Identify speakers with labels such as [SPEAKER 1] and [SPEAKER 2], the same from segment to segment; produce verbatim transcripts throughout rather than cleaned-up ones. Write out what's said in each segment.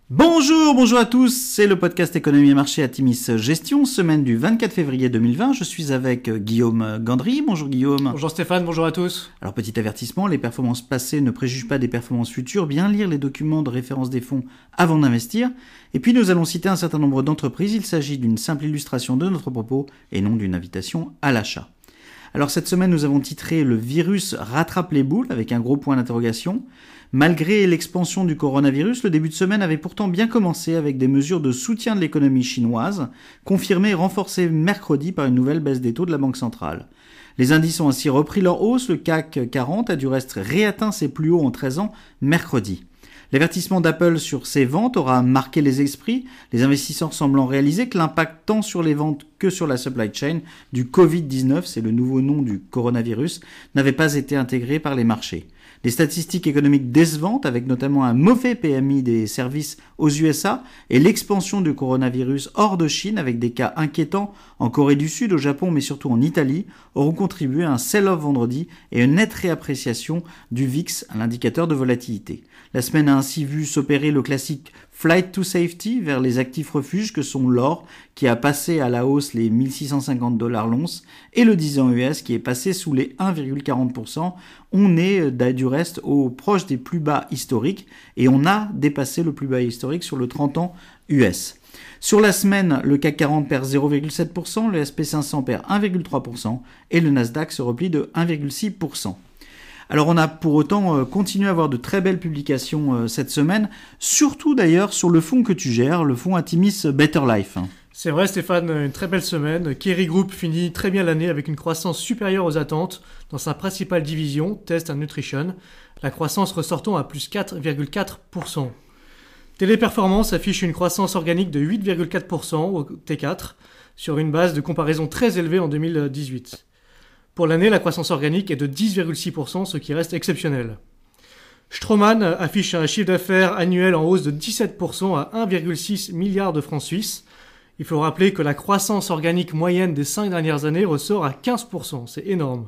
[SPEAKER 1] Bonjour, bonjour à tous, c'est le podcast Économie et Marché Atimis Gestion, semaine du vingt-quatre février deux mille vingt. Je suis avec Guillaume Gandry. Bonjour Guillaume.
[SPEAKER 2] Bonjour Stéphane, bonjour à tous.
[SPEAKER 1] Alors petit avertissement, les performances passées ne préjugent pas des performances futures. Bien lire les documents de référence des fonds avant d'investir. Et puis nous allons citer un certain nombre d'entreprises. Il s'agit d'une simple illustration de notre propos et non d'une invitation à l'achat. Alors cette semaine, nous avons titré « Le virus rattrape les boules » avec un gros point d'interrogation. Malgré l'expansion du coronavirus, le début de semaine avait pourtant bien commencé avec des mesures de soutien de l'économie chinoise, confirmées et renforcées mercredi par une nouvelle baisse des taux de la Banque centrale. Les indices ont ainsi repris leur hausse, le C A C quarante a du reste réatteint ses plus hauts en treize ans mercredi. L'avertissement d'Apple sur ses ventes aura marqué les esprits, les investisseurs semblant réaliser que l'impact tant sur les ventes que sur la supply chain du covid dix-neuf, c'est le nouveau nom du coronavirus, n'avait pas été intégré par les marchés. Des statistiques économiques décevantes, avec notamment un mauvais P M I des services aux U S A et l'expansion du coronavirus hors de Chine avec des cas inquiétants en Corée du Sud, au Japon mais surtout en Italie, auront contribué à un sell-off vendredi et une nette réappréciation du V I X, l'indicateur de volatilité. La semaine a ainsi vu s'opérer le classique flight to safety vers les actifs refuges que sont l'or, qui a passé à la hausse les mille six cent cinquante dollars l'once, et le dix ans U S qui est passé sous les un virgule quarante pour cent. On est du reste au proche des plus bas historiques et on a dépassé le plus bas historique sur le trente ans U S. Sur la semaine, le C A C quarante perd zéro virgule sept pour cent, le S and P cinq cents perd un virgule trois pour cent et le Nasdaq se replie de un virgule six pour cent. Alors on a pour autant euh, continué à avoir de très belles publications euh, cette semaine, surtout d'ailleurs sur le fonds que tu gères, le fonds Atimis Better Life.
[SPEAKER 2] C'est vrai Stéphane, une très belle semaine. Kerry Group finit très bien l'année avec une croissance supérieure aux attentes dans sa principale division, Test and Nutrition, la croissance ressortant à plus quatre virgule quatre pour cent. Téléperformance affiche une croissance organique de huit virgule quatre pour cent au T quatre, sur une base de comparaison très élevée en deux mille dix-huit. Pour l'année, la croissance organique est de dix virgule six pour cent, ce qui reste exceptionnel. Straumann affiche un chiffre d'affaires annuel en hausse de dix-sept pour cent à un virgule six milliard de francs suisses. Il faut rappeler que la croissance organique moyenne des cinq dernières années ressort à quinze pour cent, c'est énorme.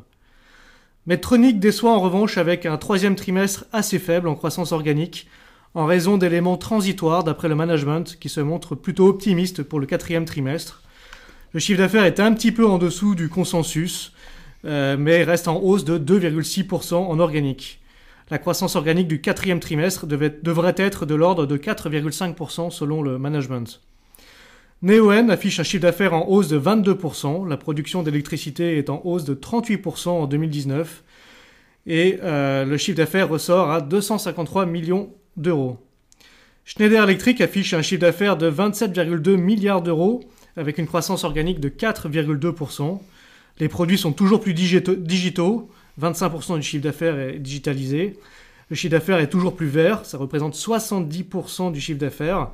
[SPEAKER 2] Medtronic déçoit en revanche avec un troisième trimestre assez faible en croissance organique, en raison d'éléments transitoires d'après le management qui se montre plutôt optimiste pour le quatrième trimestre. Le chiffre d'affaires est un petit peu en dessous du consensus, euh, mais reste en hausse de deux virgule six pour cent en organique. La croissance organique du quatrième trimestre devait, devrait être de l'ordre de quatre virgule cinq pour cent selon le management. Neoen affiche un chiffre d'affaires en hausse de vingt-deux pour cent, la production d'électricité est en hausse de trente-huit pour cent en deux mille dix-neuf, et euh, le chiffre d'affaires ressort à deux cent cinquante-trois millions d'euros. Schneider Electric affiche un chiffre d'affaires de vingt-sept virgule deux milliards d'euros, avec une croissance organique de quatre virgule deux pour cent. Les produits sont toujours plus digitaux, vingt-cinq pour cent du chiffre d'affaires est digitalisé. Le chiffre d'affaires est toujours plus vert, ça représente soixante-dix pour cent du chiffre d'affaires,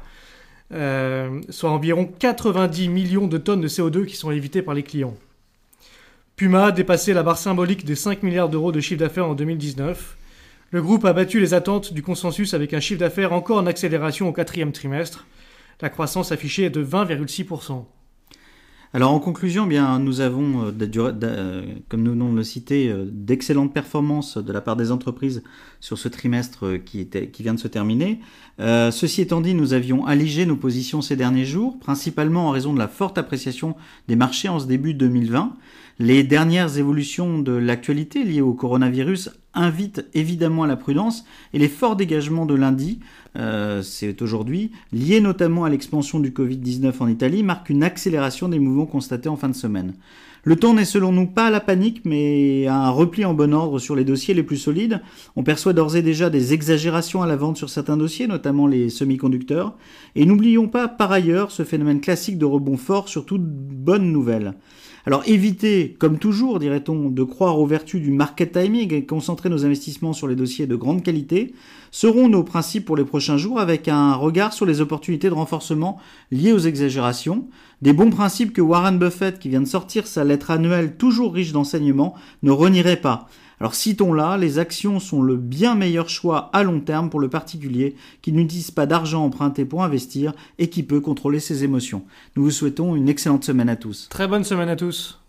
[SPEAKER 2] euh, soit environ quatre-vingt-dix millions de tonnes de C O deux qui sont évitées par les clients. Puma a dépassé la barre symbolique des cinq milliards d'euros de chiffre d'affaires en deux mille dix-neuf. Le groupe a battu les attentes du consensus avec un chiffre d'affaires encore en accélération au quatrième trimestre. La croissance affichée est de vingt virgule six pour cent.
[SPEAKER 1] Alors en conclusion, bien, nous avons, euh, comme nous venons de le citer, euh, d'excellentes performances de la part des entreprises sur ce trimestre qui, était, qui vient de se terminer. Euh, ceci étant dit, nous avions allégé nos positions ces derniers jours, principalement en raison de la forte appréciation des marchés en ce début deux mille vingt. Les dernières évolutions de l'actualité liées au coronavirus invitent évidemment à la prudence et les forts dégagements de lundi, euh, c'est aujourd'hui, liés notamment à l'expansion du covid dix-neuf en Italie, marquent une accélération des mouvements constatés en fin de semaine. Le temps n'est selon nous pas à la panique, mais à un repli en bon ordre sur les dossiers les plus solides. On perçoit d'ores et déjà des exagérations à la vente sur certains dossiers, notamment les semi-conducteurs. Et n'oublions pas par ailleurs ce phénomène classique de rebond fort sur toute bonne nouvelle. Alors évitez, comme toujours, dirait-on, de croire aux vertus du market timing et concentrer nos investissements sur les dossiers de grande qualité, seront nos principes pour les prochains jours avec un regard sur les opportunités de renforcement liées aux exagérations, des bons principes que Warren Buffett, qui vient de sortir sa lettre annuelle toujours riche d'enseignements, ne renierait pas. Alors citons-là, les actions sont le bien meilleur choix à long terme pour le particulier qui n'utilise pas d'argent emprunté pour investir et qui peut contrôler ses émotions. Nous vous souhaitons une excellente semaine à tous.
[SPEAKER 2] Très bonne semaine à tous.